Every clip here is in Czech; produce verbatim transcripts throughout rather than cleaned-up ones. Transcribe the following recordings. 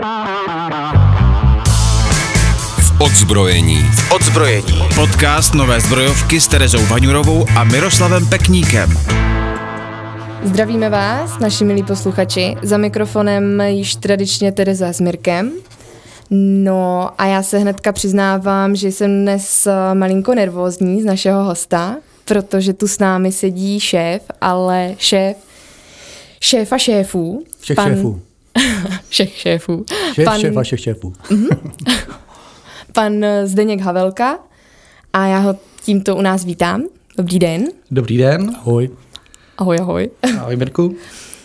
V odzbrojení. V odzbrojení. Podcast Nové zbrojovky s Terezou Vaňurovou a Miroslavem Pekníkem. Zdravíme vás, naši milí posluchači. Za mikrofonem již tradičně Tereza s Mirkem. No a já se hnedka přiznávám, že jsem dnes malinko nervózní z našeho hosta, protože tu s námi sedí šéf, ale šéf, šéfa šéfů. Všech pan... šéfů. Všech šéfů. Šéf, pan... šéfa všech šéfů. Pan Zdeněk Havelka a já ho tímto u nás vítám. Dobrý den. Dobrý den. Ahoj. Ahoj, ahoj. Ahoj, Mirku.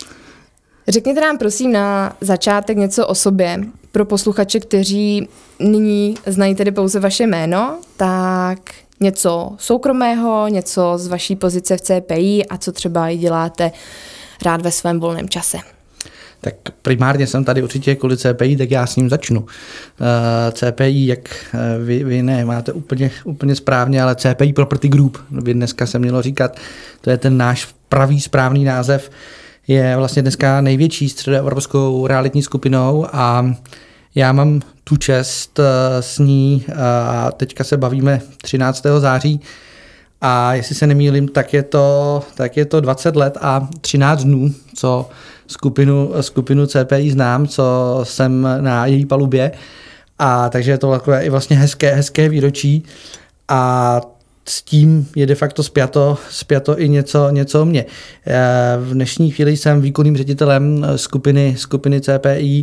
Řekněte nám prosím na začátek něco o sobě. Pro posluchače, kteří nyní znají tedy pouze vaše jméno, tak něco soukromého, něco z vaší pozice v C P I a co třeba děláte rád ve svém volném čase. Tak primárně jsem tady určitě kvůli C P I, tak já s ním začnu. Uh, C P I, jak vy, vy ne, máte úplně, úplně správně, ale C P I Property Group, by dneska se mělo říkat, to je ten náš pravý správný název, je vlastně dneska největší středoevropskou realitní skupinou a já mám tu čest s ní a teďka se bavíme třináctého září a jestli se nemýlím, tak je to, tak je to dvacet let a třináct dnů, co skupinu, skupinu C P I znám, co jsem na její palubě a takže je to takové i vlastně hezké, hezké výročí a s tím je de facto spjato, spjato i něco, něco o mě. V dnešní chvíli jsem výkonným ředitelem skupiny, skupiny C P I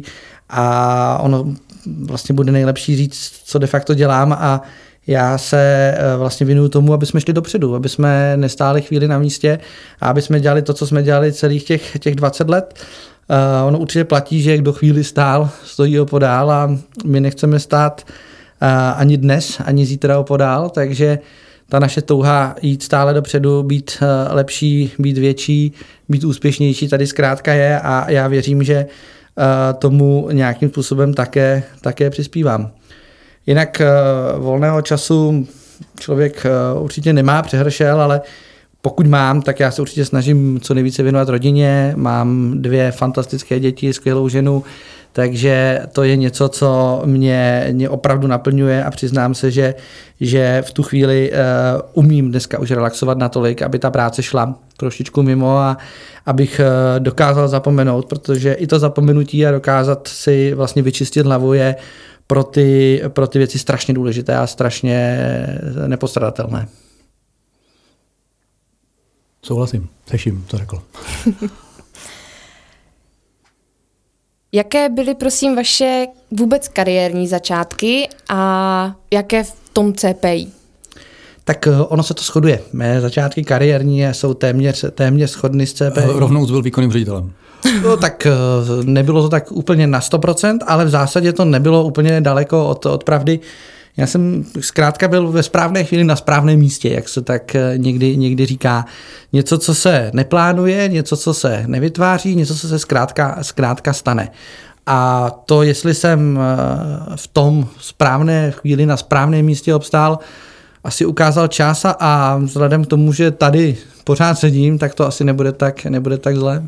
a ono vlastně bude nejlepší říct, co de facto dělám a já se vlastně věnuju tomu, aby jsme šli dopředu, aby jsme nestáli chvíli na místě a aby jsme dělali to, co jsme dělali celých těch, těch dvacet let. Uh, ono určitě platí, že kdo chvíli stál, stojí opodál a my nechceme stát uh, ani dnes, ani zítra opodál, takže ta naše touha jít stále dopředu, být uh, lepší, být větší, být úspěšnější tady zkrátka je a já věřím, že uh, tomu nějakým způsobem také, také přispívám. Jinak uh, volného času člověk uh, určitě nemá přehršel, ale pokud mám, tak já se určitě snažím co nejvíce věnovat rodině. Mám dvě fantastické děti, skvělou ženu, takže to je něco, co mě, mě opravdu naplňuje a přiznám se, že, že v tu chvíli uh, umím dneska už relaxovat natolik, aby ta práce šla trošičku mimo a abych uh, dokázal zapomenout, protože i to zapomenutí a dokázat si vlastně vyčistit hlavu je pro ty, pro ty věci strašně důležité a strašně nepostradatelné. Souhlasím, seším, co řekl. Jaké byly, prosím, vaše vůbec kariérní začátky a jaké v tom C P I? Tak ono se to shoduje. Mé začátky kariérní jsou téměř, téměř shodny s C P I. Rovnou byl výkonným ředitelem. No, tak nebylo to tak úplně na sto procent, ale v zásadě to nebylo úplně daleko od, od pravdy. Já jsem zkrátka byl ve správné chvíli na správném místě, jak se tak někdy, někdy říká. Něco, co se neplánuje, něco, co se nevytváří, něco, co se zkrátka, zkrátka stane. A to, jestli jsem v tom správné chvíli na správném místě obstál, asi ukázal čas a vzhledem k tomu, že tady pořád sedím, tak to asi nebude tak, nebude tak zlé.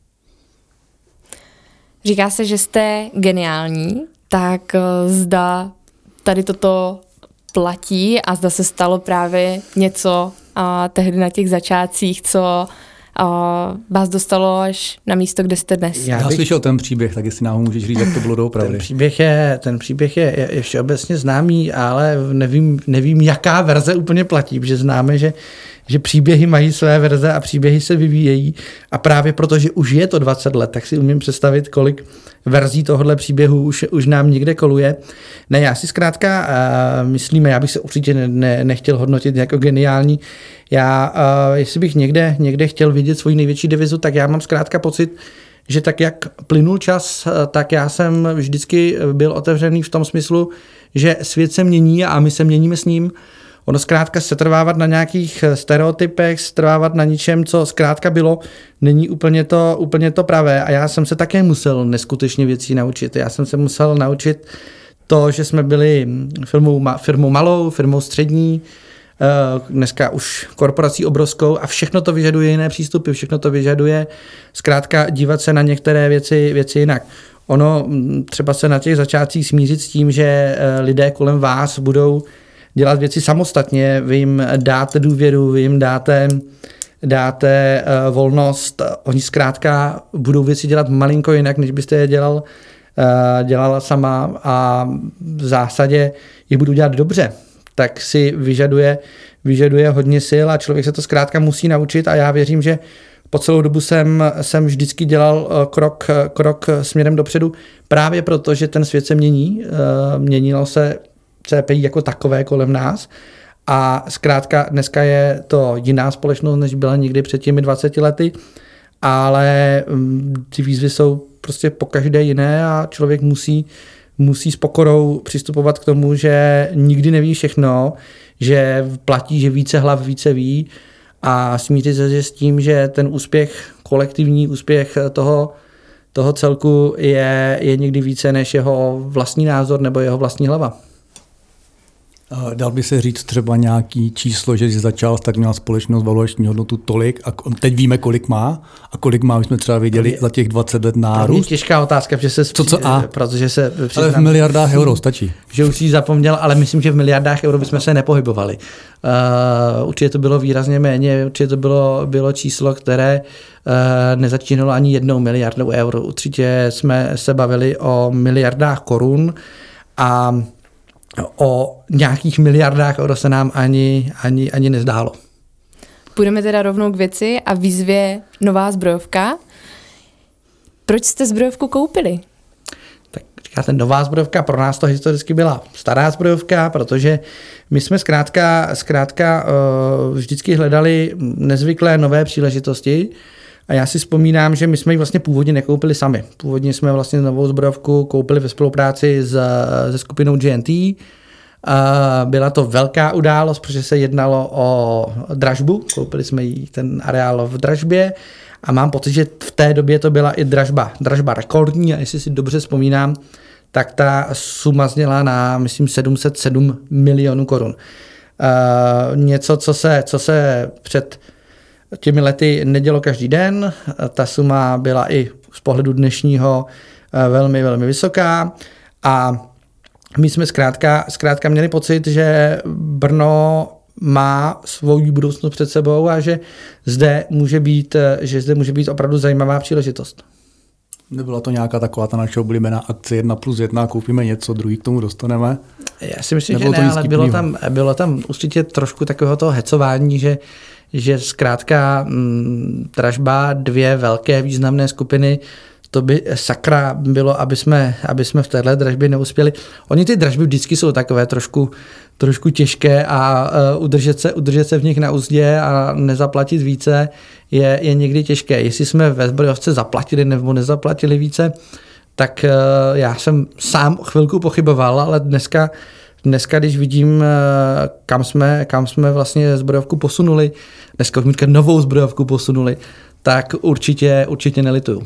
Říká se, že jste geniální, tak zda tady toto platí a zda se stalo právě něco a tehdy na těch začátcích, co a vás dostalo až na místo, kde jste dnes. Já, Já bych... slyšel ten příběh, tak jestli nám můžeš říct, jak to bylo doopravdy. Ten příběh je, ten příběh je, je, je všeobecně známý, ale nevím, nevím, jaká verze úplně platí, protože známe, že že příběhy mají své verze a příběhy se vyvíjejí a právě protože už je to dvacet let, tak si umím představit, kolik verzí tohohle příběhu už, už nám někde koluje. Ne, já si zkrátka uh, myslíme, já bych se určitě ne, ne, nechtěl hodnotit jako geniální. Já, uh, jestli bych někde, někde chtěl vidět svoji největší devizu, tak já mám zkrátka pocit, že tak jak plynul čas, tak já jsem vždycky byl otevřený v tom smyslu, že svět se mění a my se měníme s ním. Ono zkrátka setrvávat na nějakých stereotypech, setrvávat na ničem, co zkrátka bylo, není úplně to, úplně to pravé. A já jsem se také musel neskutečně věcí naučit. Já jsem se musel naučit to, že jsme byli firmou, firmou malou, firmou střední, dneska už korporací obrovskou a všechno to vyžaduje jiné přístupy, všechno to vyžaduje zkrátka dívat se na některé věci, věci jinak. ono třeba se na těch začátcích smířit s tím, že lidé kolem vás budou dělat věci samostatně, vy jim dáte důvěru, vy jim dáte, dáte uh, volnost, oni zkrátka budou věci dělat malinko jinak, než byste je dělal, uh, dělala sama a v zásadě je budou dělat dobře, tak si vyžaduje, vyžaduje hodně sil a člověk se to zkrátka musí naučit a já věřím, že po celou dobu jsem, jsem vždycky dělal krok, krok směrem dopředu, právě proto, že ten svět se mění, uh, měnilo se C P I jako takové kolem nás a zkrátka dneska je to jiná společnost, než byla někdy před těmi dvaceti lety, ale ty výzvy jsou prostě pokaždé jiné a člověk musí, musí s pokorou přistupovat k tomu, že nikdy neví všechno, že platí, že více hlav více ví a smířit se s tím, že ten úspěch, kolektivní úspěch toho, toho celku je, je někdy více než jeho vlastní názor nebo jeho vlastní hlava. Dal by se říct třeba nějaký číslo, že jsi začal, tak měla společnost valuační hodnotu tolik a teď víme, kolik má a kolik má, už jsme třeba viděli za těch dvacet let nárůst. To je těžká otázka, protože se, co, co a? Protože se přiznám, ale v miliardách euro stačí. Že už jsi zapomněl, ale myslím, že v miliardách euro bychom se nepohybovali. Uh, určitě to bylo výrazně méně, určitě to bylo, bylo číslo, které uh, nezačínalo ani jednou miliardou euro. Určitě jsme se bavili o miliardách korun a o nějakých miliardách euro se nám ani, ani, ani nezdálo. Půjdeme teda rovnou k věci a výzvě nová zbrojovka. Proč jste zbrojovku koupili? Tak říkáte, nová zbrojovka, pro nás to historicky byla stará zbrojovka, protože my jsme zkrátka, zkrátka uh, vždycky hledali nezvyklé nové příležitosti a já si vzpomínám, že my jsme ji vlastně původně nekoupili sami. Původně jsme vlastně novou zbrojovku koupili ve spolupráci s, se skupinou G N T. Byla to velká událost, protože se jednalo o dražbu. Koupili jsme jí ten areál v dražbě a mám pocit, že v té době to byla i dražba, dražba rekordní a jestli si dobře vzpomínám, tak ta suma zněla na, myslím, sedm set sedm milionů korun. Něco, co se, co se před těmi lety nedělo každý den, ta suma byla i z pohledu dnešního velmi, velmi vysoká a my jsme zkrátka, zkrátka měli pocit, že Brno má svou budoucnost před sebou a že zde může být, že zde může být opravdu zajímavá příležitost. Nebyla to nějaká taková ta naše oblíbená akce jedna plus jedna, koupíme něco, druhý k tomu dostaneme? Já si myslím, Nebylo že ne, ale bylo tam, bylo tam určitě trošku takového toho hecování, že že zkrátka m, dražba, dvě velké významné skupiny, to by sakra bylo, aby jsme, aby jsme v téhle dražbě neuspěli. Oni ty dražby vždycky jsou takové trošku, trošku těžké a uh, udržet, se, udržet se v nich na úzdě a nezaplatit více je, je někdy těžké. Jestli jsme ve zbrojovce zaplatili nebo nezaplatili více, tak uh, já jsem sám chvilku pochyboval, ale dneska Dneska, když vidím, kam jsme, kam jsme vlastně zbrojovku posunuli, dneska už novou zbrojovku posunuli, tak určitě, určitě nelituju.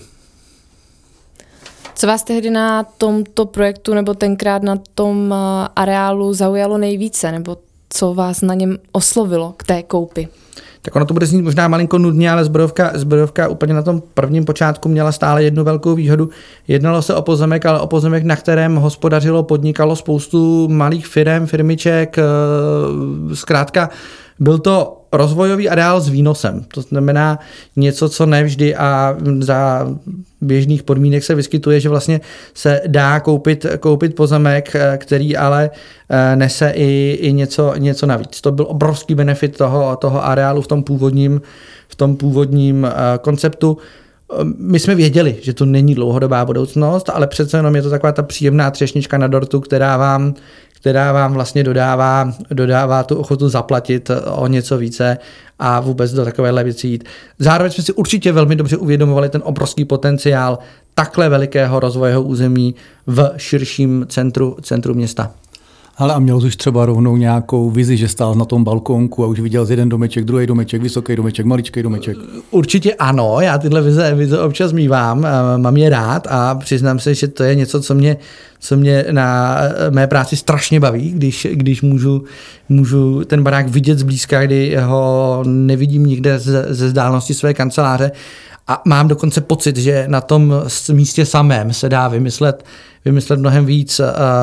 Co vás tehdy na tomto projektu nebo tenkrát na tom areálu zaujalo nejvíce, nebo co vás na něm oslovilo k té koupi? Tak ono to bude znít možná malinko nudně, ale zbrojovka, zbrojovka úplně na tom prvním počátku měla stále jednu velkou výhodu. Jednalo se o pozemek, ale o pozemek, na kterém hospodařilo, podnikalo spoustu malých firem, firmiček, zkrátka byl to rozvojový areál s výnosem. To znamená něco, co nevždy a za běžných podmínek se vyskytuje, že vlastně se dá koupit, koupit pozemek, který ale nese i, i něco, něco navíc. To byl obrovský benefit toho, toho areálu v tom původním, v tom původním konceptu. My jsme věděli, že to není dlouhodobá budoucnost, ale přece jenom je to taková ta příjemná třešnička na dortu, která vám která vám vlastně dodává, dodává tu ochotu zaplatit o něco více a vůbec do takovéhle věci jít. Zároveň jsme si určitě velmi dobře uvědomovali ten obrovský potenciál takhle velikého rozvojového území v širším centru, centru města. Ale a měl jsi už třeba rovnou nějakou vizi, že stál na tom balkónku a už viděl z jeden domeček, druhý domeček, vysoký domeček, maličký domeček? Určitě ano, já tyhle vize, vize občas mívám, mám je rád a přiznám se, že to je něco, co mě, co mě na mé práci strašně baví, když, když můžu, můžu ten barák vidět zblízka, kdy ho nevidím nikde ze, ze vzdálenosti své kanceláře. A mám dokonce pocit, že na tom místě samém se dá vymyslet, vymyslet mnohem víc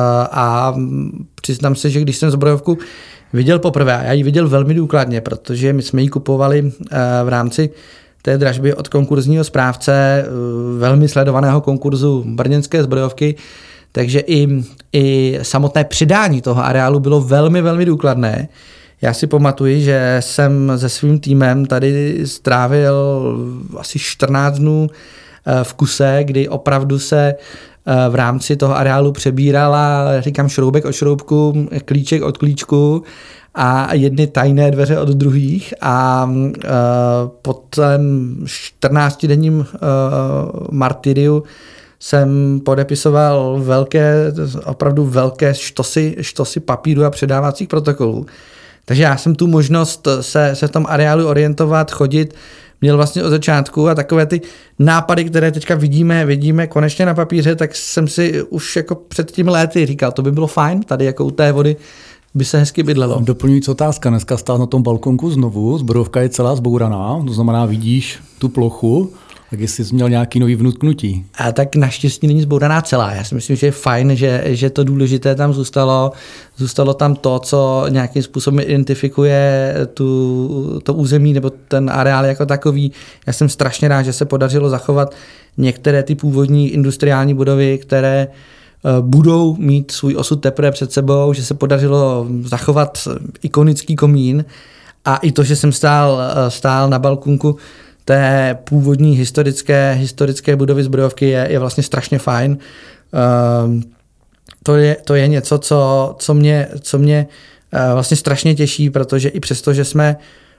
a přiznám se, že když jsem zbrojovku viděl poprvé, a já ji viděl velmi důkladně, protože my jsme ji kupovali v rámci té dražby od konkurzního správce velmi sledovaného konkurzu brněnské zbrojovky, takže i, i samotné přidání toho areálu bylo velmi, velmi důkladné. Já si pamatuji, že jsem se svým týmem tady strávil asi čtrnáct dnů v kuse, kdy opravdu se v rámci toho areálu přebírala, říkám, šroubek od šroubku, klíček od klíčku a jedny tajné dveře od druhých a uh, po tom čtrnáctidenním uh, martyriu jsem podepisoval velké, opravdu velké štosy, štosy papíru a předávacích protokolů. Takže já jsem tu možnost se, se v tom areálu orientovat, chodit, měl vlastně od začátku a takové ty nápady, které teďka vidíme, vidíme konečně na papíře, tak jsem si už jako před tím léty říkal, to by bylo fajn, tady jako u té vody by se hezky bydlelo. Doplňující otázka, dneska stát na tom balkonku znovu, zbrojovka je celá zbouraná, to znamená vidíš tu plochu, tak jestli jsi měl nějaký nový vnutknutí. A tak naštěstí není zbouraná celá. Já si myslím, že je fajn, že, že to důležité tam zůstalo. Zůstalo tam to, co nějakým způsobem identifikuje tu, to území nebo ten areál jako takový. Já jsem strašně rád, že se podařilo zachovat některé ty původní industriální budovy, které budou mít svůj osud teprve před sebou, že se podařilo zachovat ikonický komín a i to, že jsem stál, stál na balkonku té původní historické, historické budovy zbrojovky je, je vlastně strašně fajn. Uh, to, je, to je něco, co, co mě, co mě uh, vlastně strašně těší, protože i přesto, že jsme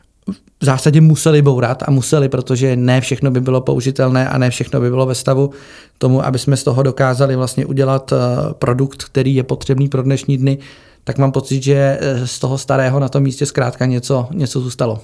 v zásadě museli bourat a museli, protože ne všechno by bylo použitelné a ne všechno by bylo ve stavu tomu, aby jsme z toho dokázali vlastně udělat uh, produkt, který je potřebný pro dnešní dny, tak mám pocit, že z toho starého na tom místě zkrátka něco, něco zůstalo.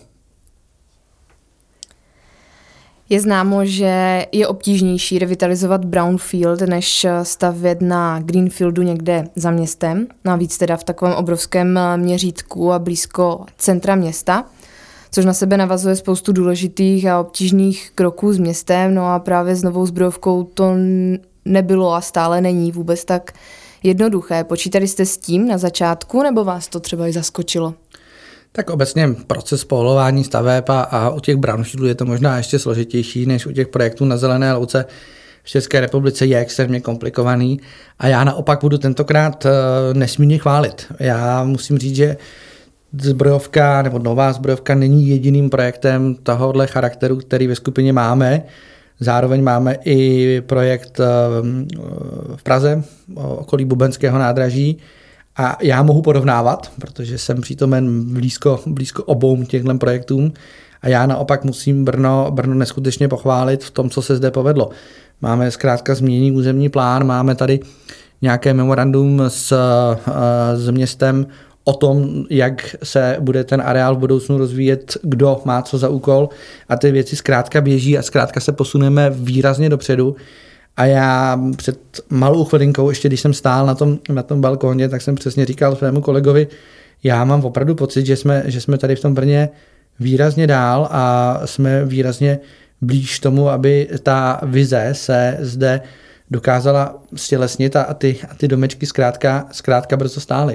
Je známo, že je obtížnější revitalizovat brownfield, než stavět na greenfieldu někde za městem, navíc teda v takovém obrovském měřítku a blízko centra města, což na sebe navazuje spoustu důležitých a obtížných kroků s městem, no a právě s novou zbrojovkou to nebylo a stále není vůbec tak jednoduché. Počítali jste s tím na začátku, nebo vás to třeba i zaskočilo? Tak obecně proces povolování staveb a, a u těch brownfieldů je to možná ještě složitější než u těch projektů na zelené louce v České republice je extrémně komplikovaný a já naopak budu tentokrát nesmírně chválit. Já musím říct, že zbrojovka nebo nová zbrojovka není jediným projektem tohohle charakteru, který ve skupině máme. Zároveň máme i projekt v Praze, okolí Bubenského nádraží. A já mohu porovnávat, protože jsem přítomen blízko, blízko obou těchto projektům a já naopak musím Brno, Brno neskutečně pochválit v tom, co se zde povedlo. Máme zkrátka změněný územní plán, máme tady nějaké memorandum s, s městem o tom, jak se bude ten areál v budoucnu rozvíjet, kdo má co za úkol a ty věci zkrátka běží a zkrátka se posuneme výrazně dopředu. A já před malou chvilinkou, ještě když jsem stál na tom, na tom balkóně, tak jsem přesně říkal svému kolegovi, já mám opravdu pocit, že jsme, že jsme tady v tom Brně výrazně dál a jsme výrazně blíž tomu, aby ta vize se zde dokázala stělesnit a ty, a ty domečky zkrátka, zkrátka brzo stály.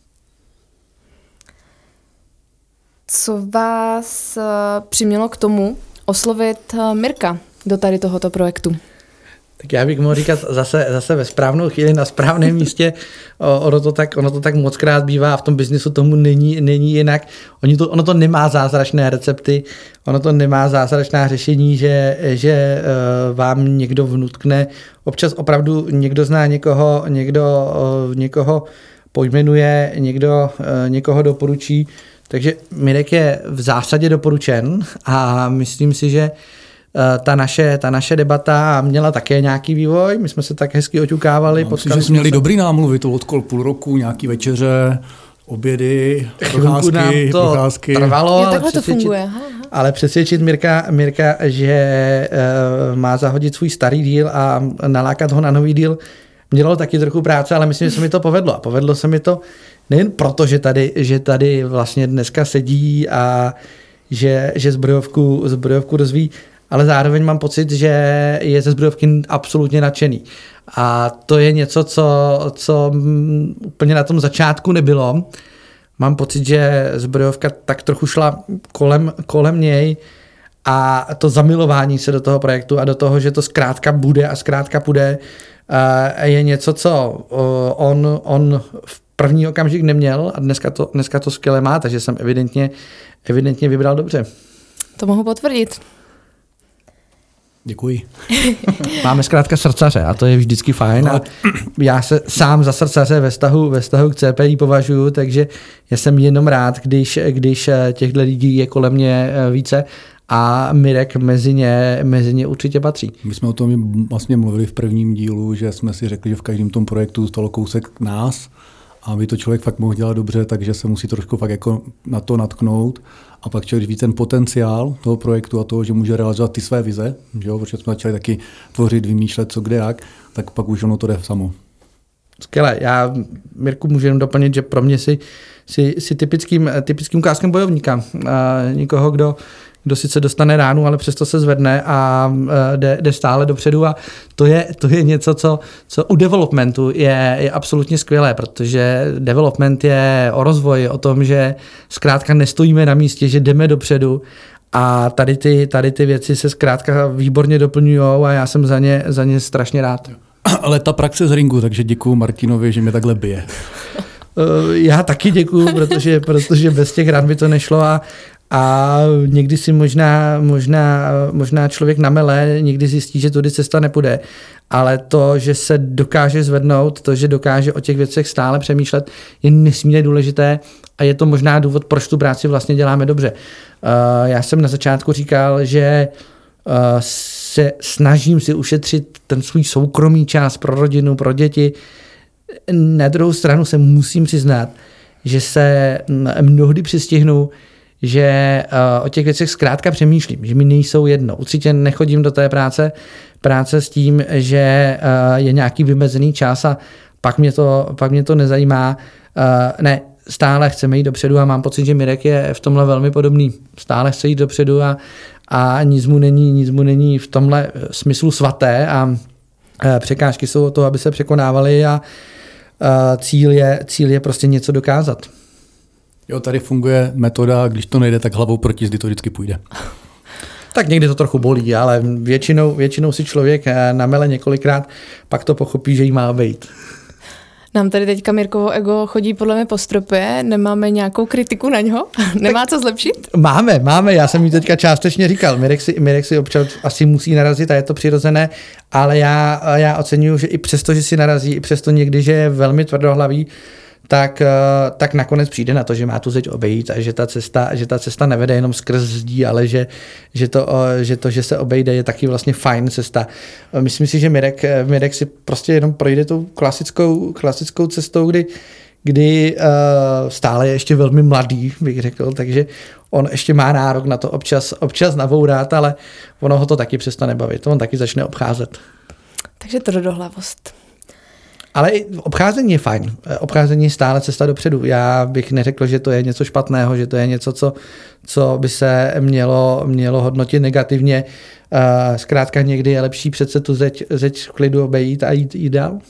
Co vás přimělo k tomu oslovit Mirka do tady tohoto projektu? Tak já bych mohl říkat zase, zase ve správnou chvíli na správném místě. Ono to tak, ono to tak mockrát bývá a v tom biznisu tomu není, není jinak. Oni to, ono to nemá zázračné recepty, ono to nemá zázračná řešení, že, že vám někdo vnutkne. Občas opravdu někdo zná někoho, někdo někoho pojmenuje, někdo někoho doporučí. Takže Mirek je v zásadě doporučen a myslím si, že Ta naše, ta naše debata měla také nějaký vývoj, my jsme se tak hezky oťukávali. No, myslím, že jsme měli se... dobrý námluvy, to odkol půl roku, nějaký večeře, obědy, procházky, to procházky. Trvalo, jo, takhle to funguje. Aha, aha. Ale přesvědčit Mirka, Mirka že uh, má zahodit svůj starý díl a nalákat ho na nový díl, dělalo taky trochu práce, ale myslím, že se mi to povedlo. A povedlo se mi to nejen proto, že tady, že tady vlastně dneska sedí a že, že zbrojovku, zbrojovku rozvíjí, ale zároveň mám pocit, že je ze zbrojovky absolutně nadšený. A to je něco, co, co úplně na tom začátku nebylo. Mám pocit, že zbrojovka tak trochu šla kolem, kolem něj a to zamilování se do toho projektu a do toho, že to zkrátka bude a zkrátka půjde, je něco, co on, on v první okamžik neměl a dneska to, dneska to skvěle má, takže jsem evidentně, evidentně vybral dobře. To mohu potvrdit. Děkuji. Máme zkrátka srdcaře a to je vždycky fajn. A já se sám za srdcaře ve vztahu, ve vztahu k C P I považuji, takže já jsem jenom rád, když, když těchto lidí je kolem mě více a Mirek mezi ně, mezi ně určitě patří. My jsme o tom vlastně mluvili v prvním dílu, že jsme si řekli, že v každém tom projektu stalo kousek nás a aby to člověk fakt mohl dělat dobře, takže se musí trošku fakt jako na to natknout. A pak člověk ví ten potenciál toho projektu a toho, že může realizovat ty své vize, že jo, protože jsme začali taky tvořit, vymýšlet, co kde jak, tak pak už ono to jde samo. Skvěle. Já, Mirku, můžu jenom doplnit, že pro mě si, si, si typickým, typickým ukázkem bojovníka. A nikoho, kdo, kdo sice dostane ránu, ale přesto se zvedne a jde, jde stále dopředu. A to je, to je něco, co, co u developmentu je, je absolutně skvělé, protože development je o rozvoji, o tom, že zkrátka nestojíme na místě, že jdeme dopředu. A tady ty, tady ty věci se zkrátka výborně doplňují a já jsem za ně, za ně strašně rád. Ale ta praxe z ringu, takže děkuju Martinovi, že mě takhle bije. Já taky děkuju, protože, protože bez těch ran by to nešlo a, a někdy si možná, možná, možná člověk namele, někdy zjistí, že tudy cesta nepůjde, ale to, že se dokáže zvednout, to, že dokáže o těch věcech stále přemýšlet, je nesmírně důležité a je to možná důvod, proč tu práci vlastně děláme dobře. Já jsem na začátku říkal, že se snažím si ušetřit ten svůj soukromý čas pro rodinu, pro děti. Na druhou stranu se musím přiznat, že se mnohdy přistihnu, že o těch věcech zkrátka přemýšlím, že mi nejsou jedno. Určitě nechodím do té práce, práce s tím, že je nějaký vymezený čas a pak mě to, pak mě to nezajímá. Ne, stále chceme jít dopředu a mám pocit, že Mirek je v tomhle velmi podobný. Stále chce jít dopředu a, a nic mu není, nic mu není v tomhle smyslu svaté a překážky jsou o to, aby se překonávaly a cíl je, cíl je prostě něco dokázat. Jo, tady funguje metoda, když to nejde, tak hlavou proti zdi to vždycky půjde. Tak někdy to trochu bolí, ale většinou, většinou si člověk namele několikrát, pak to pochopí, že jí má být. Nám tady teďka Mirkovo ego chodí podle mě po stropě, nemáme nějakou kritiku na něho? Nemá co zlepšit? Máme, máme, já jsem jí teďka částečně říkal, Mirek si, Mirek si občas asi musí narazit a je to přirozené, ale já, já oceňuju, že i přesto, že si narazí, i přesto někdy, že je velmi tvrdohlavý, tak, tak nakonec přijde na to, že má tu zeď obejít a že ta cesta, že ta cesta nevede jenom skrz zdí, ale že, že, to, že to, že se obejde, je taky vlastně fajn cesta. Myslím si, že Mirek, Mirek si prostě jenom projde tou klasickou, klasickou cestou, kdy, kdy uh, stále je ještě velmi mladý, bych řekl, takže on ještě má nárok na to občas, občas navourat, ale ono ho to taky přestane bavit, on taky začne obcházet. Takže to dohlavost. Ale obcházení je fajn. Obcházení je stále cesta dopředu. Já bych neřekl, že to je něco špatného, že to je něco, co, co by se mělo, mělo hodnotit negativně. Zkrátka někdy je lepší přece tu zeď, zeď v klidu obejít a jít, jít dál.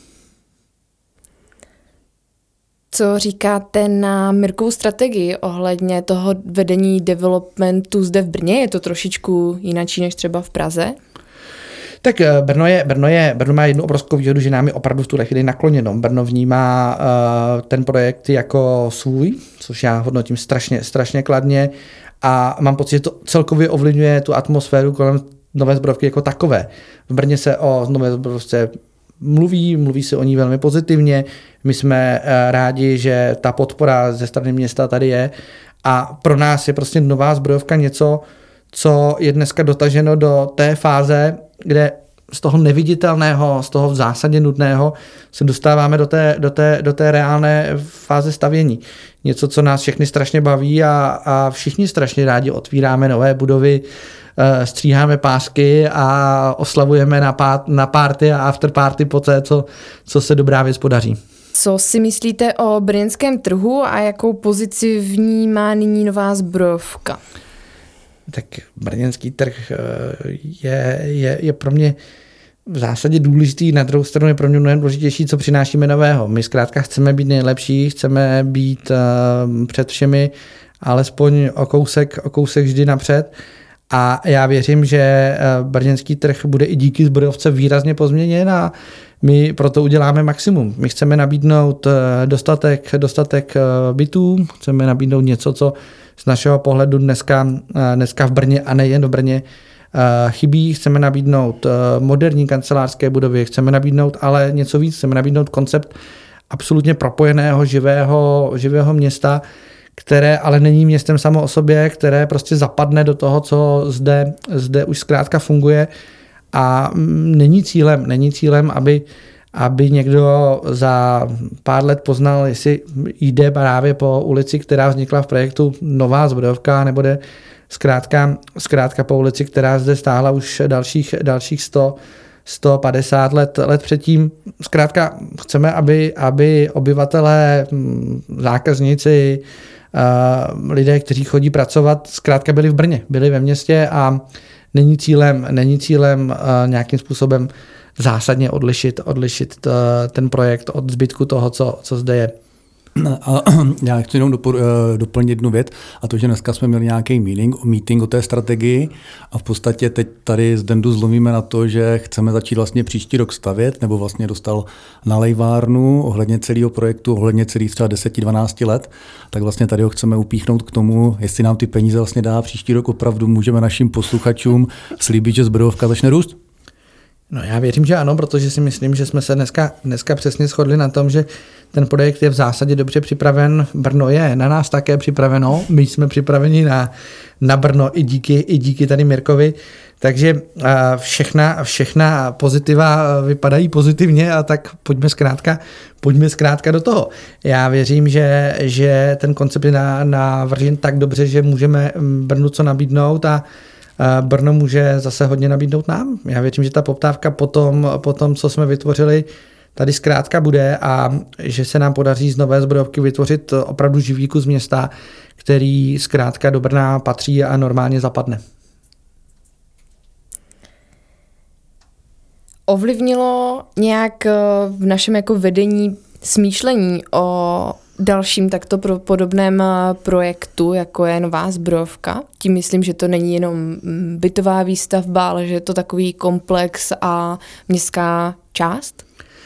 Co říkáte na Mirkovu strategii ohledně toho vedení developmentu zde v Brně? Je to trošičku jináčí než třeba v Praze? Tak Brno, je, Brno, je, Brno má jednu obrovskou výhodu, že nám je opravdu v tuhle chvíli nakloněno. Brno vnímá uh, ten projekt jako svůj, což já hodnotím strašně, strašně kladně a mám pocit, že to celkově ovlivňuje tu atmosféru kolem Nové Zbrojovky jako takové. V Brně se o Nové Zbrojovce mluví, mluví se o ní velmi pozitivně. My jsme uh, rádi, že ta podpora ze strany města tady je a pro nás je prostě Nová Zbrojovka něco, co je dneska dotaženo do té fáze, kde z toho neviditelného, z toho v zásadě nudného se dostáváme do té, do té, do té reálné fáze stavění. Něco, co nás všechny strašně baví a, a všichni strašně rádi otvíráme nové budovy, stříháme pásky a oslavujeme na, pát, na party a afterparty po té, co, co se dobrá věc podaří. Co si myslíte o brněnském trhu a jakou pozici vnímá nyní Nová Zbrojovka? tak brněnský trh je, je, je pro mě v zásadě důležitý, na druhou stranu je pro mě mnohem důležitější, co přinášíme nového. My zkrátka chceme být nejlepší, chceme být uh, před všemi, alespoň o kousek, o kousek vždy napřed. A já věřím, že brněnský trh bude i díky zbrojovce výrazně pozměněn a my proto uděláme maximum. My chceme nabídnout dostatek, dostatek bytů, chceme nabídnout něco, co z našeho pohledu dneska, dneska v Brně a nejen v Brně chybí. Chceme nabídnout moderní kancelářské budovy, chceme nabídnout ale něco víc, chceme nabídnout koncept absolutně propojeného, živého, živého města, které ale není městem samo o sobě, které prostě zapadne do toho, co zde, zde už zkrátka funguje a není cílem, není cílem, aby, aby někdo za pár let poznal, jestli jde právě po ulici, která vznikla v projektu Nová Zbrojovka, nebo jde zkrátka, zkrátka po ulici, která zde stála už dalších, dalších sto, sto padesát let, let předtím. Zkrátka chceme, aby, aby obyvatelé, zákazníci, Uh, lidé, kteří chodí pracovat, zkrátka byli v Brně, byli ve městě a není cílem, není cílem uh, nějakým způsobem zásadně odlišit, odlišit t, ten projekt od zbytku toho, co, co zde je. A já chci jenom doplnit jednu věc, a to, že dneska jsme měli nějaký meeting, meeting o té strategii a v podstatě teď tady z Dendu zlomíme na to, že chceme začít vlastně příští rok stavět, nebo vlastně dostal na lejvárnu ohledně celého projektu, ohledně celých třeba deset dvanáct let, tak vlastně tady ho chceme upíchnout k tomu, jestli nám ty peníze vlastně dá příští rok opravdu, můžeme našim posluchačům slíbit, že Zbrojovka začne růst. No já věřím, že ano, protože si myslím, že jsme se dneska, dneska přesně shodli na tom, že ten projekt je v zásadě dobře připraven. Brno je na nás také připraveno, my jsme připraveni na, na Brno i díky, i díky tady Mirkovi, takže všechna, všechna pozitiva vypadají pozitivně a tak pojďme zkrátka, pojďme zkrátka do toho. Já věřím, že, že ten koncept je navržen tak dobře, že můžeme Brnu co nabídnout a Brno může zase hodně nabídnout nám. Já věřím, že ta poptávka po tom, po tom, co jsme vytvořili, tady zkrátka bude a že se nám podaří z Nové Zbrojovky vytvořit opravdu živý kus města, který zkrátka do Brna patří a normálně zapadne. Ovlivnilo nějak v našem jako vedení smýšlení o dalším takto pro podobném projektu, jako je Nová Zbrojovka? Tím myslím, že to není jenom bytová výstavba, ale že je to takový komplex a městská část?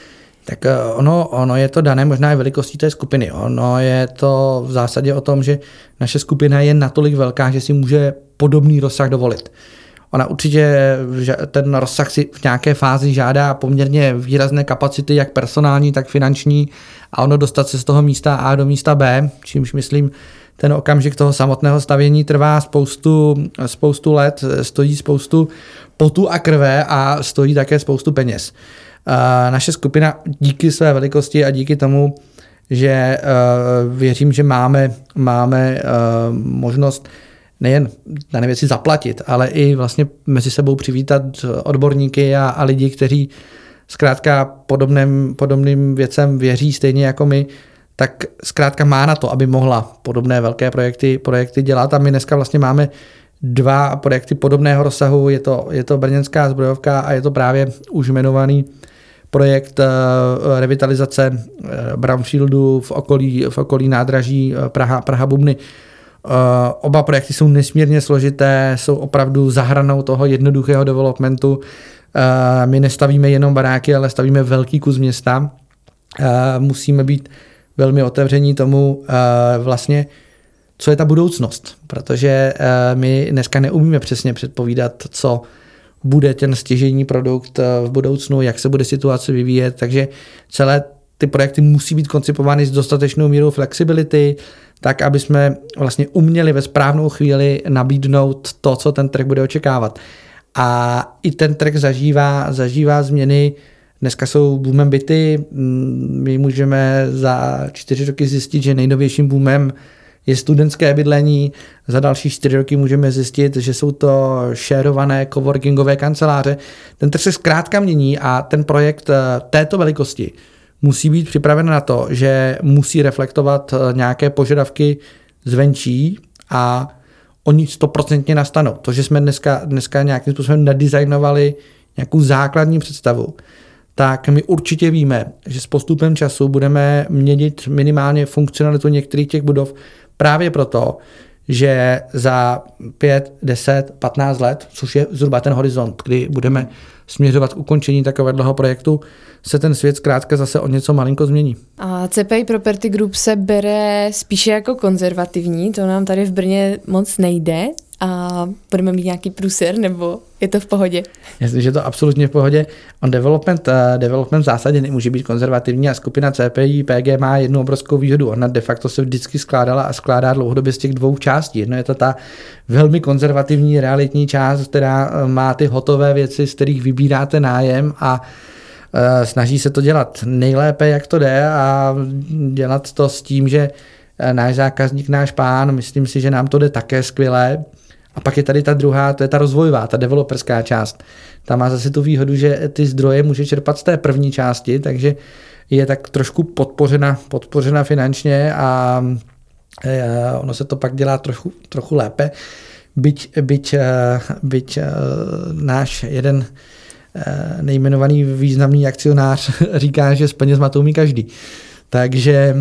Tak ono, ono je to dané možná i velikostí té skupiny. Ono je to v zásadě o tom, že naše skupina je natolik velká, že si může podobný rozsah dovolit. Ona určitě ten rozsah si v nějaké fázi žádá poměrně výrazné kapacity, jak personální, tak finanční, a ono dostat se z toho místa A do místa B, čímž myslím, ten okamžik toho samotného stavění trvá spoustu, spoustu let, stojí spoustu potu a krve a stojí také spoustu peněz. Naše skupina díky své velikosti a díky tomu, že věřím, že máme, máme možnost nejen dané věci zaplatit, ale i vlastně mezi sebou přivítat odborníky a, a lidi, kteří zkrátka podobným, podobným věcem věří stejně jako my, tak zkrátka má na to, aby mohla podobné velké projekty, projekty dělat. A my dneska vlastně máme dva projekty podobného rozsahu. Je to, je to brněnská Zbrojovka a je to právě už jmenovaný projekt uh, revitalizace uh, brownfieldu v okolí, v okolí nádraží Praha, Praha Bubny. Uh, oba projekty jsou nesmírně složité, jsou opravdu za hranou toho jednoduchého developmentu. Uh, my nestavíme jenom baráky, ale stavíme velký kus města. Uh, musíme být velmi otevření tomu uh, vlastně, co je ta budoucnost, protože uh, my dneska neumíme přesně předpovídat, co bude ten stěžejní produkt v budoucnu, jak se bude situace vyvíjet, takže celé ty projekty musí být koncipovány s dostatečnou mírou flexibility, tak, aby jsme vlastně uměli ve správnou chvíli nabídnout to, co ten trh bude očekávat. A i ten trh zažívá, zažívá změny. Dneska jsou boomem byty, my můžeme za čtyři roky zjistit, že nejnovějším boomem je studentské bydlení, za další čtyři roky můžeme zjistit, že jsou to shareované coworkingové kanceláře. Ten trh se zkrátka mění a ten projekt této velikosti musí být připraven na to, že musí reflektovat nějaké požadavky zvenčí a oni stoprocentně nastanou. To, že jsme dneska, dneska nějakým způsobem nadizajnovali nějakou základní představu, tak my určitě víme, že s postupem času budeme měnit minimálně funkcionalitu některých těch budov právě proto, že za pět, deset, patnáct let, což je zhruba ten horizont, kdy budeme směřovat k ukončení takového projektu, se ten svět zkrátka zase o něco malinko změní. A C P I Property Group se bere spíše jako konzervativní, to nám tady v Brně moc nejde a budeme mít nějaký průser, nebo je to v pohodě? Já myslím, že to absolutně v pohodě. On development, uh, development v zásadě nemůže být konzervativní a skupina C P I P G má jednu obrovskou výhodu. Ona de facto se vždycky skládala a skládá dlouhodobě z těch dvou částí. Jedno je to ta velmi konzervativní realitní část, která má ty hotové věci, z kterých vybíráte nájem a uh, snaží se to dělat nejlépe, jak to jde a dělat to s tím, že náš zákazník, náš pán, myslím si, že nám to jde také skvěle. A pak je tady ta druhá, to je ta rozvojová, ta developerská část. Ta má zase tu výhodu, že ty zdroje může čerpat z té první části, takže je tak trošku podpořena, podpořena finančně a ono se to pak dělá trochu, trochu lépe. Byť, byť, byť náš jeden nejmenovaný významný akcionář říká, že s penězma to umí každý. Takže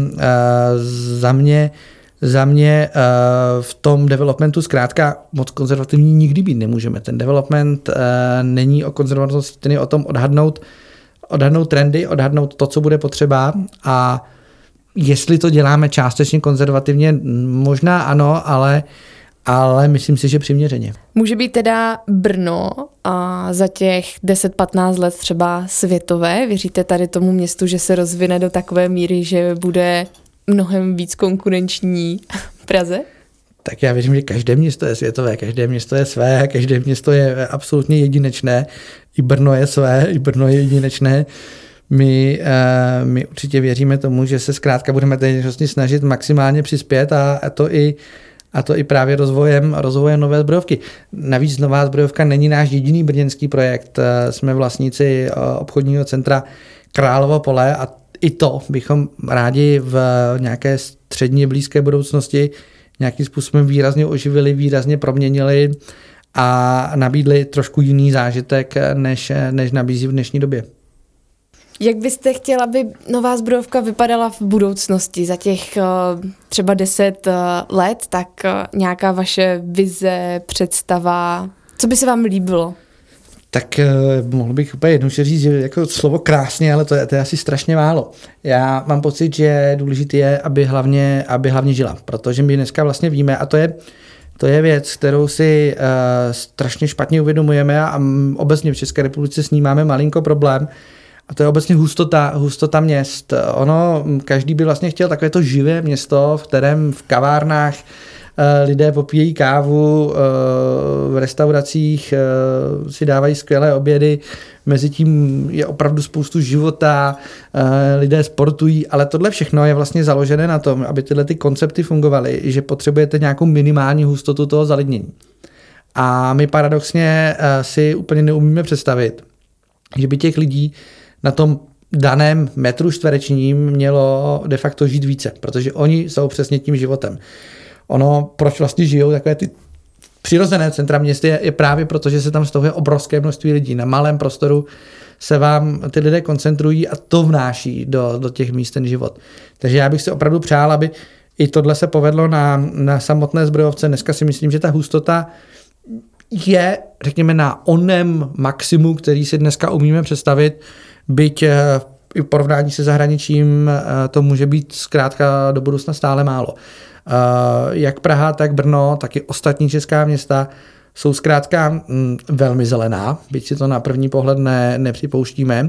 za mě Za mě uh, v tom developmentu zkrátka moc konzervativní nikdy být nemůžeme. Ten development uh, není o konzervativnosti, ten je o tom odhadnout, odhadnout trendy, odhadnout to, co bude potřeba a jestli to děláme částečně konzervativně, možná ano, ale, ale myslím si, že přiměřeně. Může být teda Brno a za těch deset patnáct let třeba světové? Věříte tady tomu městu, že se rozvine do takové míry, že bude mnohem víc konkurenční Praze? Tak já věřím, že každé město je světové, každé město je své, každé město je absolutně jedinečné. I Brno je své, i Brno je jedinečné. My, uh, my určitě věříme tomu, že se zkrátka budeme teď snažit maximálně přispět a, a to i a to i právě rozvojem, rozvojem nové zbrojovky. Navíc nová zbrojovka není náš jediný brněnský projekt. Jsme vlastníci obchodního centra Královo pole a i to bychom rádi v nějaké středně blízké budoucnosti nějakým způsobem výrazně oživili, výrazně proměnili a nabídli trošku jiný zážitek, než, než nabízí v dnešní době. Jak byste chtěla, aby nová zbrojovka vypadala v budoucnosti za těch třeba deset let, tak nějaká vaše vize, představa, co by se vám líbilo? Tak uh, mohl bych úplně jednoduše říct, že jako slovo krásně, ale to je, to je asi strašně málo. Já mám pocit, že důležité je, aby hlavně, aby hlavně žila, protože my dneska vlastně víme, a to je, to je věc, kterou si uh, strašně špatně uvědomujeme a um, obecně v České republice s ní máme malinko problém, a to je obecně hustota, hustota měst. Ono, každý by vlastně chtěl takové to živé město, v kterém v kavárnách lidé popíjejí kávu, v restauracích si dávají skvělé obědy, mezi tím je opravdu spoustu života, lidé sportují, ale tohle všechno je vlastně založené na tom, aby tyhle ty koncepty fungovaly, že potřebujete nějakou minimální hustotu toho zalidnění. A my paradoxně si úplně neumíme představit, že by těch lidí na tom daném metru čtverečním mělo de facto žít více, protože oni jsou přesně tím životem. Ono, proč vlastně žijou takové ty přirozené centra města, je, je právě proto, že se tam stahuje obrovské množství lidí. Na malém prostoru se vám ty lidé koncentrují a to vnáší do, do těch míst ten život. Takže já bych si opravdu přál, aby i tohle se povedlo na, na samotné zbrojovce. Dneska si myslím, že ta hustota je, řekněme, na onem maximu, který si dneska umíme představit, byť i v porovnání se zahraničím to může být zkrátka do budoucna stále málo. Jak Praha, tak Brno, tak i ostatní česká města jsou zkrátka velmi zelená, byť si to na první pohled ne, nepřipouštíme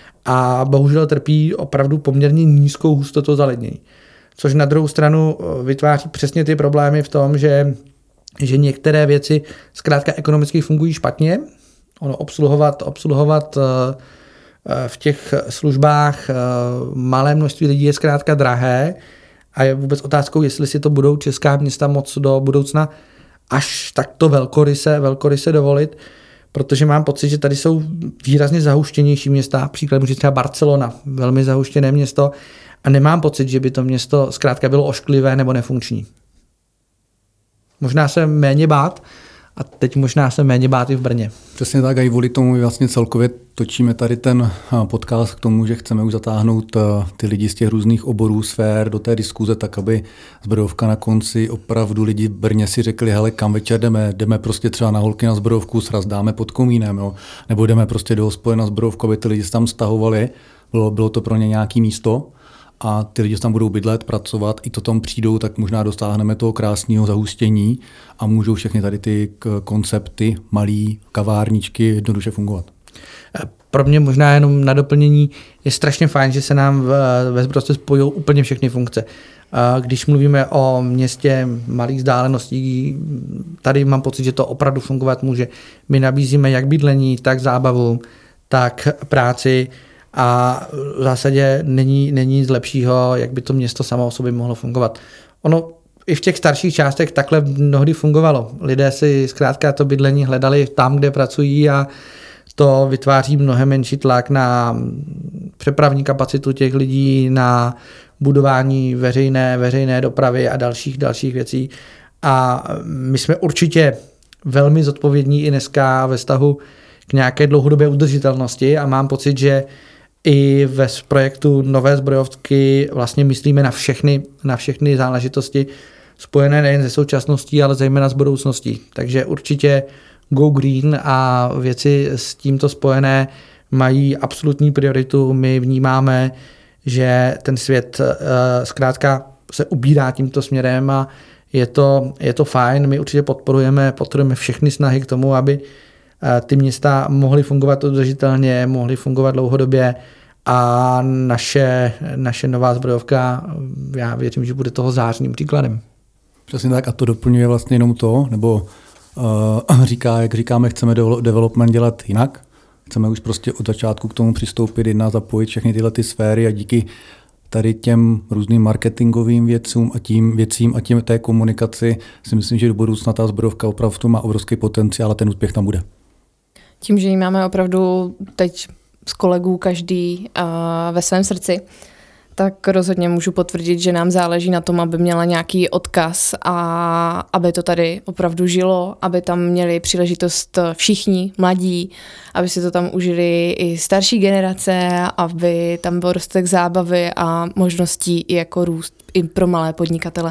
a bohužel trpí opravdu poměrně nízkou hustotou zalidnění. Což na druhou stranu vytváří přesně ty problémy v tom, že, že některé věci zkrátka ekonomicky fungují špatně. Ono obsluhovat, obsluhovat v těch službách malé množství lidí je zkrátka drahé a je vůbec otázkou, jestli si to budou česká města moc do budoucna až takto velkoryse, velkoryse dovolit, protože mám pocit, že tady jsou výrazně zahuštěnější města, příklad může třeba Barcelona, velmi zahuštěné město a nemám pocit, že by to město zkrátka bylo ošklivé nebo nefunkční. možná se méně bát a teď možná se méně bát i v Brně. Přesně tak a i kvůli tomu vlastně celkově točíme tady ten podcast k tomu, že chceme už zatáhnout ty lidi z těch různých oborů, sfér do té diskuze, tak aby zbrojovka na konci opravdu lidi v Brně si řekli, hele, kam večer jdeme, jdeme prostě třeba na holky na zbrojovku, sraz dáme pod komínem, jo? Nebo jdeme prostě do hospody na zbrojovku, aby ty lidi se tam stahovali, bylo, bylo to pro ně nějaké místo. A ty lidi tam budou bydlet, pracovat, i to tam přijdou, tak možná dostáhneme toho krásného zahustění a můžou všechny tady ty koncepty, malý kavárničky jednoduše fungovat. Pro mě možná jenom na doplnění je strašně fajn, že se nám ve Zbrojovce spojí úplně všechny funkce. Když mluvíme o městě malých vzdáleností, tady mám pocit, že to opravdu fungovat může. My nabízíme jak bydlení, tak zábavu, tak práci, a v zásadě není, není nic lepšího, jak by to město samo o sobě mohlo fungovat. Ono i v těch starších částech takhle mnohdy fungovalo. Lidé si zkrátka to bydlení hledali tam, kde pracují a to vytváří mnohem menší tlak na přepravní kapacitu těch lidí, na budování veřejné, veřejné dopravy a dalších, dalších věcí. A my jsme určitě velmi zodpovědní i dneska ve vztahu k nějaké dlouhodobé udržitelnosti a mám pocit, že i ve projektu Nové zbrojovky vlastně myslíme na všechny, na všechny záležitosti spojené nejen se současností, ale zejména s budoucností. Takže určitě Go Green a věci s tímto spojené mají absolutní prioritu. My vnímáme, že ten svět uh, zkrátka se ubírá tímto směrem a je to, je to fajn. My určitě podporujeme, podporujeme všechny snahy k tomu, aby ty města mohly fungovat udržitelně, mohly fungovat dlouhodobě a naše, naše Nová zbrojovka, já věřím, že bude toho zářným příkladem. Přesně tak a to doplňuje vlastně jenom to, nebo uh, říká, jak říkáme, chceme development dělat jinak, chceme už prostě od začátku k tomu přistoupit, jedna zapojit všechny tyhle ty sféry a díky tady těm různým marketingovým věcům a tím věcím a tím té komunikaci si myslím, že do budoucna ta zbrojovka opravdu má obrovský potenciál a ten úspěch tam bude. Tím, že ji máme opravdu teď z kolegů každý uh, ve svém srdci, tak rozhodně můžu potvrdit, že nám záleží na tom, aby měla nějaký odkaz a aby to tady opravdu žilo, aby tam měli příležitost všichni mladí, aby si to tam užili i starší generace, aby tam byl dostatek zábavy a možností i jako růst i pro malé podnikatele.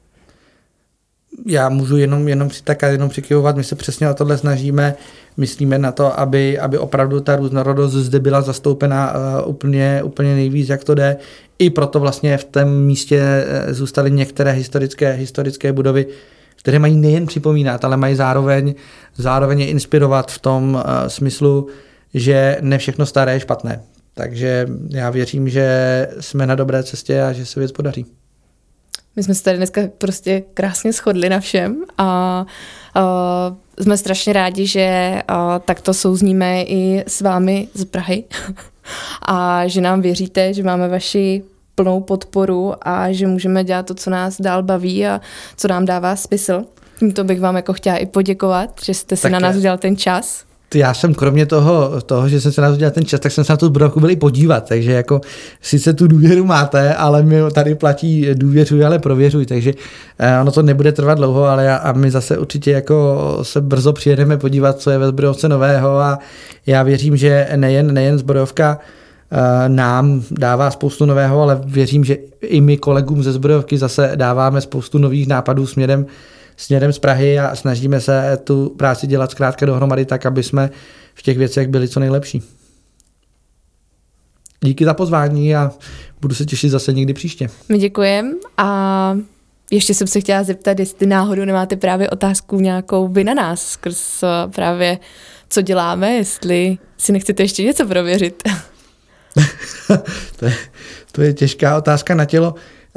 Já můžu jenom, jenom tak jenom přikyvovat, my se přesně o tohle snažíme, myslíme na to, aby, aby opravdu ta různorodost zde byla zastoupena uh, úplně, úplně nejvíc, jak to jde. I proto vlastně v tom místě zůstaly některé historické, historické budovy, které mají nejen připomínat, ale mají zároveň, zároveň inspirovat v tom uh, smyslu, že ne všechno staré je špatné. Takže já věřím, že jsme na dobré cestě a že se věc podaří. My jsme se tady dneska prostě krásně shodli na všem a uh, jsme strašně rádi, že uh, takto souzníme i s vámi z Prahy a že nám věříte, že máme vaši plnou podporu a že můžeme dělat to, co nás dál baví a co nám dává smysl. Tímto bych vám jako chtěla i poděkovat, že jste si tak na nás udělal ten čas. Já jsem kromě toho, toho, že jsem se na to udělal ten čas, tak jsem se na tu zbrojovku byl i podívat, takže jako sice tu důvěru máte, ale mi tady platí důvěřuj, ale prověřuj, takže ono to nebude trvat dlouho, ale já, a my zase určitě jako se brzo přijedeme podívat, co je ve zbrojovce nového a já věřím, že nejen, nejen zbrojovka nám dává spoustu nového, ale věřím, že i my kolegům ze zbrojovky zase dáváme spoustu nových nápadů směrem směrem z Prahy a snažíme se tu práci dělat zkrátka dohromady tak, aby jsme v těch věcech byli co nejlepší. Díky za pozvání a budu se těšit zase někdy příště. My děkujeme a ještě jsem se chtěla zeptat, jestli náhodou nemáte právě otázku nějakou vy na nás skrz právě co děláme, jestli si nechcete ještě něco prověřit. to, je, to je těžká otázka na tělo.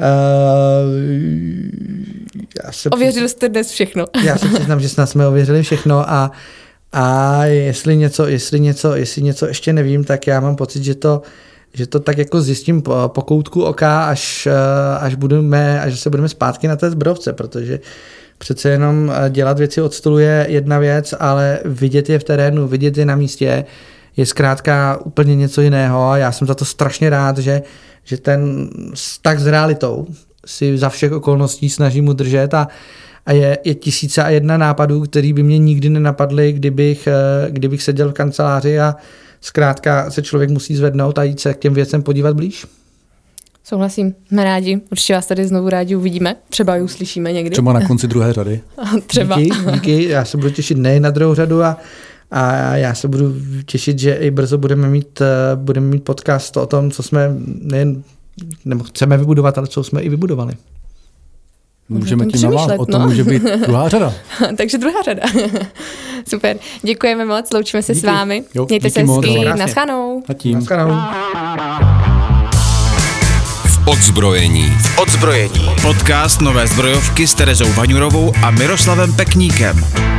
Uh, já se Ověřili jste dnes všechno. Já se přiznám, že snad jsme ověřili všechno a, a jestli, něco, jestli, něco, jestli něco ještě nevím, tak já mám pocit, že to, že to tak jako zjistím po, po koutku oka, až, až, budeme, až se budeme zpátky na té zbrojovce, protože přece jenom dělat věci od stolu je jedna věc, ale vidět je v terénu, vidět je na místě je zkrátka úplně něco jiného a já jsem za to strašně rád, že že ten vztah s realitou si za všech okolností snažím udržet a, a je, je tisíce a jedna nápadů, který by mě nikdy nenapadly, kdybych, kdybych seděl v kanceláři a zkrátka se člověk musí zvednout a jít se k těm věcem podívat blíž. Souhlasím, jsme rádi. Určitě vás tady znovu rádi uvidíme. Třeba ji uslyšíme někdy. Třeba na konci druhé řady. Třeba. Díky, díky, já se budu těšit nejen na druhou řadu a, a já se budu těšit, že i brzo budeme mít, budeme mít podcast o tom, co jsme nejen, nebo chceme vybudovat, ale co jsme i vybudovali. Můžeme tím navázat, o tom no. může být druhá řada. Takže druhá řada. Super, děkujeme moc, loučíme se díky. s vámi. Jo, Mějte se moc. hezky, Krásně. naschledanou. A tím. Naschledanou. V odzbrojení. Odzbrojení. Podcast Nové zbrojovky s Terezou Vaňurovou a Miroslavem Pekníkem.